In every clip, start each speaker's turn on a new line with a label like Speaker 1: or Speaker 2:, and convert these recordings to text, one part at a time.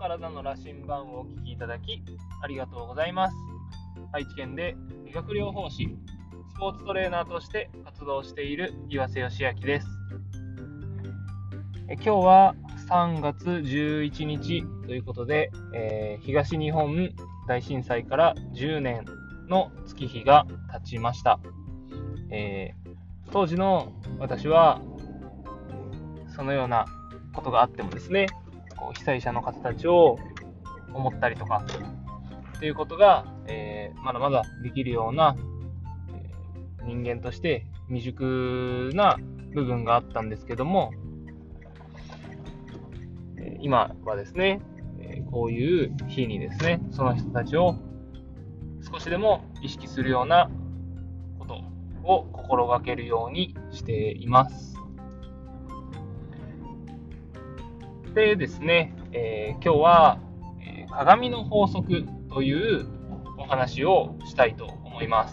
Speaker 1: 体の羅針盤をお聞きいただきありがとうございます。愛知県で理学療法士、スポーツトレーナーとして活動している岩瀬義明です。今日は3月11日ということで、東日本大震災から10年の月日が経ちました。当時の私はそのようなことがあってもですね、被災者の方たちを思ったりとかっていうことが、まだまだできるような、人間として未熟な部分があったんですけども、今はですね、こういう日にですね、その人たちを少しでも意識するようなことを心がけるようにしています。でですね、今日は、鏡の法則というお話をしたいと思います。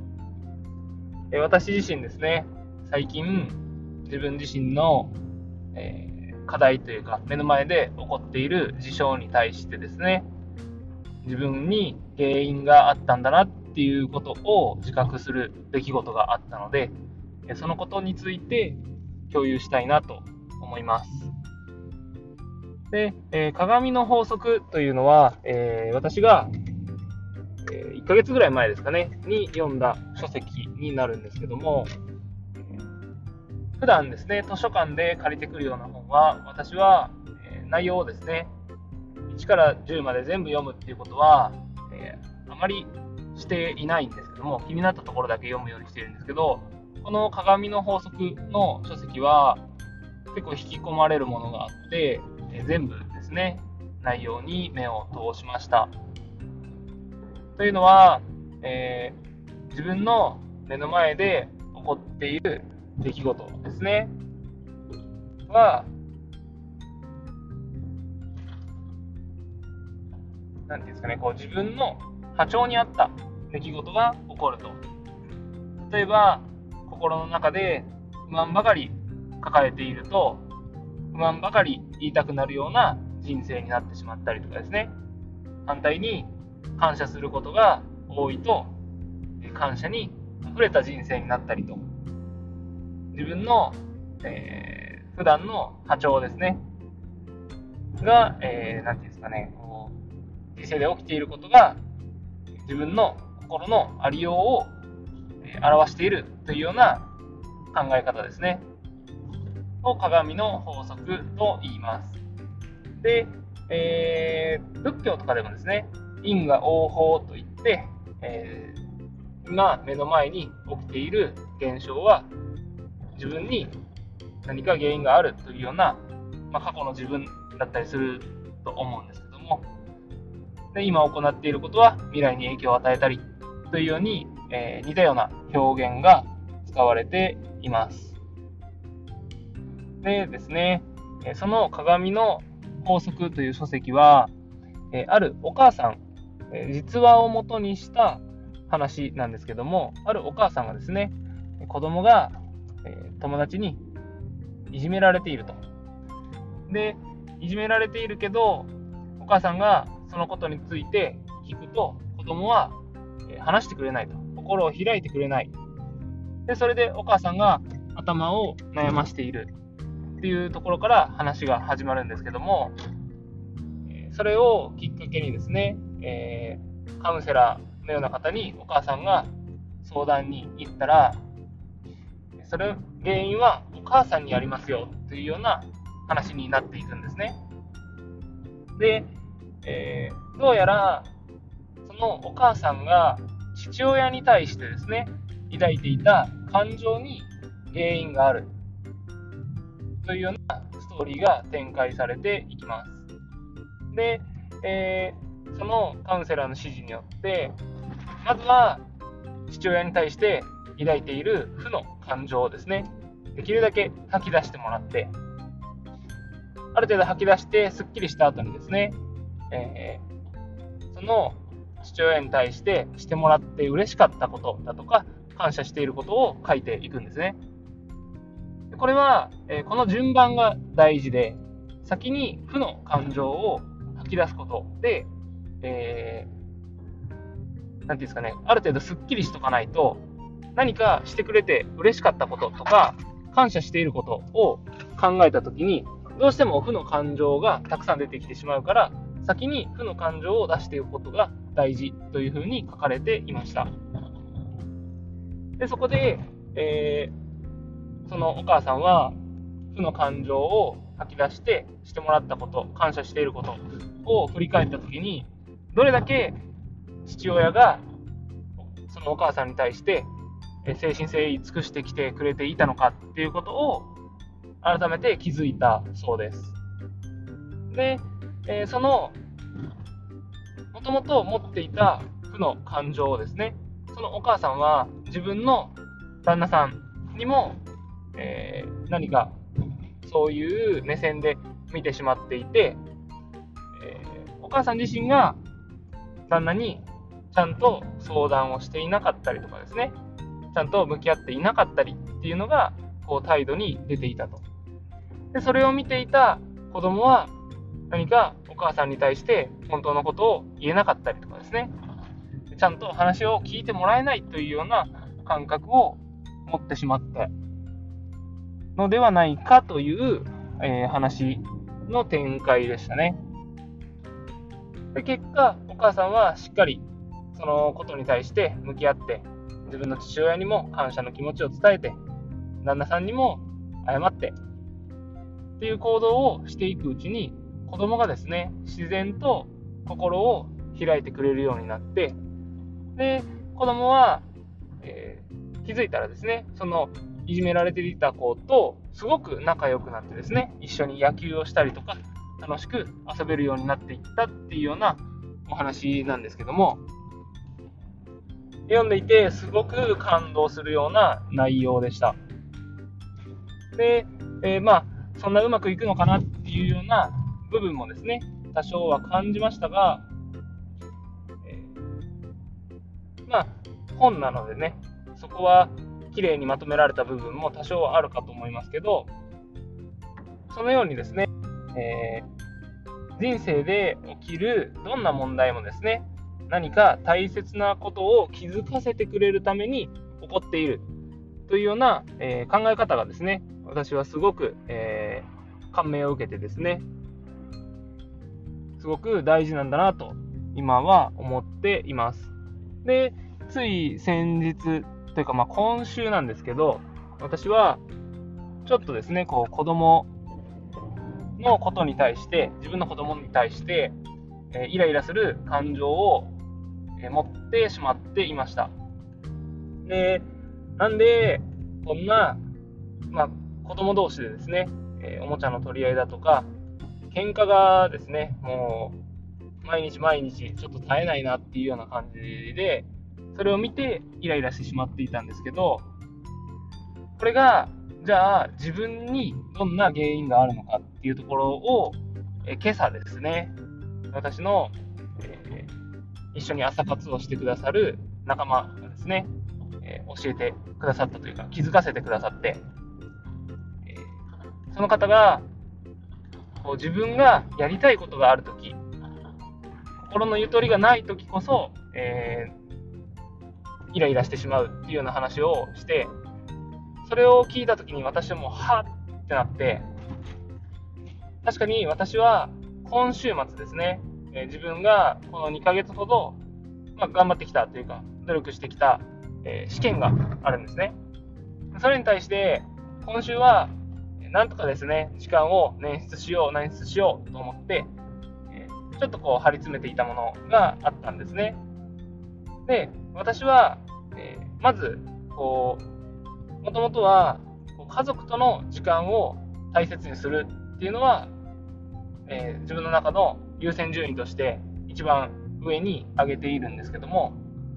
Speaker 1: 私自身ですね、最近自分自身の、課題というか目の前で起こっている事象に対してですね、自分に原因があったんだなっていうことを自覚する出来事があったので、そのことについて共有したいなと思います。で、鏡の法則というのは、私が、1ヶ月ぐらい前ですかねに読んだ書籍になるんですけども、普段ですね図書館で借りてくるような本は、私は、内容をですね1から10まで全部読むっていうことは、あまりしていないんですけども、気になったところだけ読むようにしているんですけど、この鏡の法則の書籍は結構引き込まれるものがあって、全部ですね内容に目を通しました。というのは、自分の目の前で起こっている出来事ですねは、なんていうんですかね、自分の波長に合った出来事が起こると。例えば心の中で不満ばかり抱えていると、不満ばかり言いたくなるような人生になってしまったりとかですね、反対に感謝することが多いと感謝に溢れた人生になったりと、自分の、普段の波長ですねが、なんていうんですかね、人生で起きていることが自分の心のありようを表しているというような考え方ですねを鏡の法則と言います。で、仏教とかでもですね、因果応報といって、今目の前に起きている現象は自分に何か原因があるというような、過去の自分だったりすると思うんですけども、で今行っていることは未来に影響を与えたりというように、似たような表現が使われています。でですね、その鏡の法則という書籍は、あるお母さん、実話をもとにした話なんですけども、あるお母さんがですね、子供が、友達にいじめられていると。で、いじめられているけど、お母さんがそのことについて聞くと、子供は話してくれないと、心を開いてくれない。で、それでお母さんが頭を悩ましているっていうところから話が始まるんですけども、それをきっかけにですね、カウンセラーのような方にお母さんが相談に行ったら、それ原因はお母さんにありますよというような話になっていくんですね。で、どうやらそのお母さんが父親に対してですね抱いていた感情に原因があるというようなストーリーが展開されていきます。で、そのカウンセラーの指示によって、まずは父親に対して抱いている負の感情をですね、できるだけ吐き出してもらって、ある程度吐き出してすっきりした後にですね、その父親に対してしてもらって嬉しかったことだとか感謝していることを書いていくんですね。これは、この順番が大事で、先に負の感情を吐き出すことで、なんていうんですかね、ある程度すっきりしとかないと、何かしてくれて嬉しかったこととか、感謝していることを考えたときに、どうしても負の感情がたくさん出てきてしまうから、先に負の感情を出していくことが大事というふうに書かれていました。で、そこで、そのお母さんは負の感情を吐き出してもらったこと、感謝していることを振り返ったときに、どれだけ父親がそのお母さんに対して誠心誠意尽くしてきてくれていたのかっていうことを改めて気づいたそうです。で、そのもともと持っていた負の感情をですね、そのお母さんは自分の旦那さんにも、何かそういう目線で見てしまっていて、お母さん自身が旦那にちゃんと相談をしていなかったりとかですね、ちゃんと向き合っていなかったりっていうのがこう態度に出ていたと。で、それを見ていた子供は何かお母さんに対して本当のことを言えなかったりとかですね、ちゃんと話を聞いてもらえないというような感覚を持ってしまったのではないかという、話の展開でしたね。で、結果お母さんはしっかりそのことに対して向き合って、自分の父親にも感謝の気持ちを伝えて、旦那さんにも謝ってっていう行動をしていくうちに、子供がですね、自然と心を開いてくれるようになって、で、子供は、気づいたらですね、そのいじめられていた子とすごく仲良くなってですね、一緒に野球をしたりとか楽しく遊べるようになっていったっていうようなお話なんですけども、読んでいてすごく感動するような内容でした。で、そんなうまくいくのかなっていうような部分もですね、多少は感じましたが、本なのでね、そこは綺麗にまとめられた部分も多少あるかと思いますけど、そのようにですね、人生で起きるどんな問題もですね、何か大切なことを気づかせてくれるために起こっているというような、考え方がですね、私はすごく、感銘を受けてですね、すごく大事なんだなと今は思っています。で、つい先日というか今週なんですけど、私はちょっとですね、こう子供のことに対して、自分の子供に対して、イライラする感情を、持ってしまっていました。で、なんでこんな、子供同士でですね、おもちゃの取り合いだとか喧嘩がですね、もう毎日ちょっと絶えないなっていうような感じで、それを見てイライラしてしまっていたんですけど、これがじゃあ自分にどんな原因があるのかっていうところを、今朝ですね、私の、一緒に朝活をしてくださる仲間がですね、教えてくださったというか気づかせてくださって、その方がこう自分がやりたいことがあるとき、心のゆとりがないときこそ、イライラしてしまうっていうような話をして、それを聞いたときに私はもうはっってなって、確かに私は今週末ですね、自分がこの2ヶ月ほど、頑張ってきたというか努力してきた、試験があるんですね。それに対して今週はなんとかですね、時間を捻出しようと思って、ちょっとこう張り詰めていたものがあったんですね。で、私は、まずもともとは家族との時間を大切にするっていうのは、自分の中の優先順位として一番上に上げているんですけども、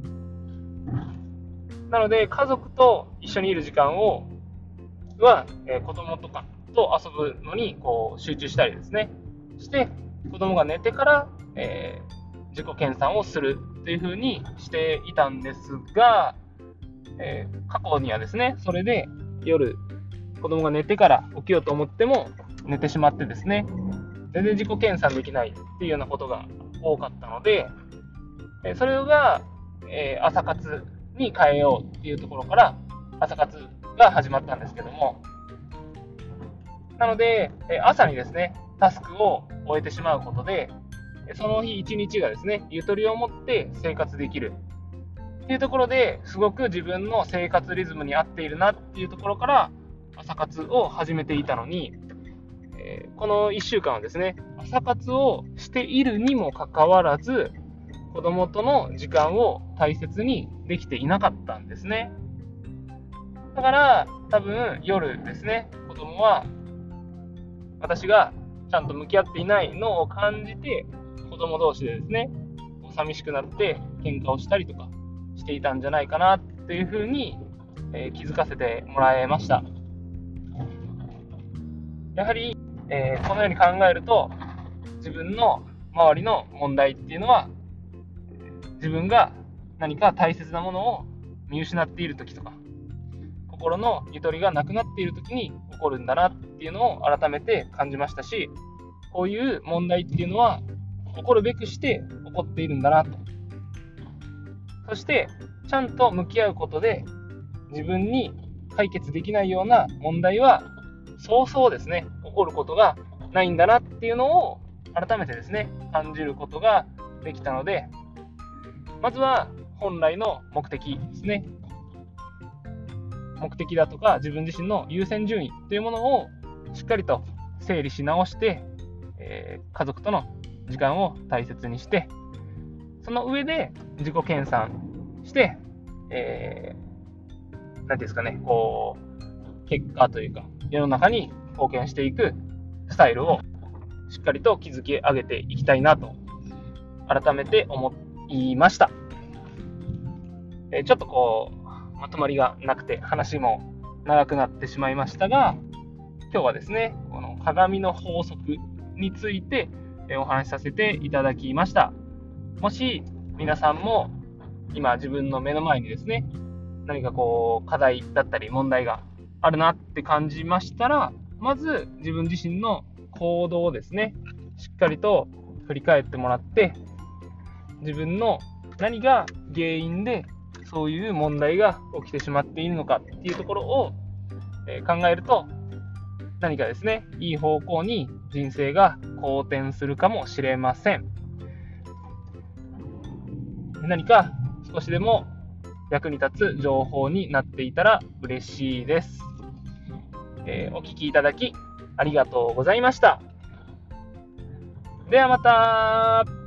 Speaker 1: なので家族と一緒にいる時間は、子供とかと遊ぶのにこう集中したりですねして子供が寝てから、自己研鑽をするという風にしていたんですが、過去にはですね、それで夜子供が寝てから起きようと思っても寝てしまってですね、 全然自己研鑽できないっていうようなことが多かったので、それが、朝活に変えようっていうところから朝活が始まったんですけども、なので朝にですねタスクを終えてしまうことで、その日一日がですねゆとりを持って生活できるっていうところですごく自分の生活リズムに合っているなっていうところから朝活を始めていたのに、この1週間はですね朝活をしているにもかかわらず子供との時間を大切にできていなかったんですね。だから多分夜ですね子供は私がちゃんと向き合っていないのを感じて子供同士でですね寂しくなって喧嘩をしたりとかしていたんじゃないかなっていうふうに、気づかせてもらえました。やはり、このように考えると自分の周りの問題っていうのは自分が何か大切なものを見失っている時とか心のゆとりがなくなっている時に起こるんだなっていうのを改めて感じましたし、こういう問題っていうのは起こるべくして起こっているんだなと。そしてちゃんと向き合うことで自分に解決できないような問題はそうそうですね起こることがないんだなっていうのを改めてですね感じることができたので、まずは本来の目的ですね、目的だとか自分自身の優先順位というものをしっかりと整理し直して、家族との時間を大切にして、その上で自己研鑽して、なんていうんですかね、こう結果というか世の中に貢献していくスタイルをしっかりと築き上げていきたいなと改めて思いました。ちょっとこうまとまりがなくて話も長くなってしまいましたが、今日はですねこの鏡の法則についてお話しさせていただきました。もし皆さんも今自分の目の前にですね何かこう課題だったり問題があるなって感じましたら、まず自分自身の行動をですねしっかりと振り返ってもらって、自分の何が原因でそういう問題が起きてしまっているのかっていうところを考えると、何かですねいい方向に人生が好転するかもしれません。何か少しでも役に立つ情報になっていたら嬉しいです。お聞きいただきありがとうございました。ではまた。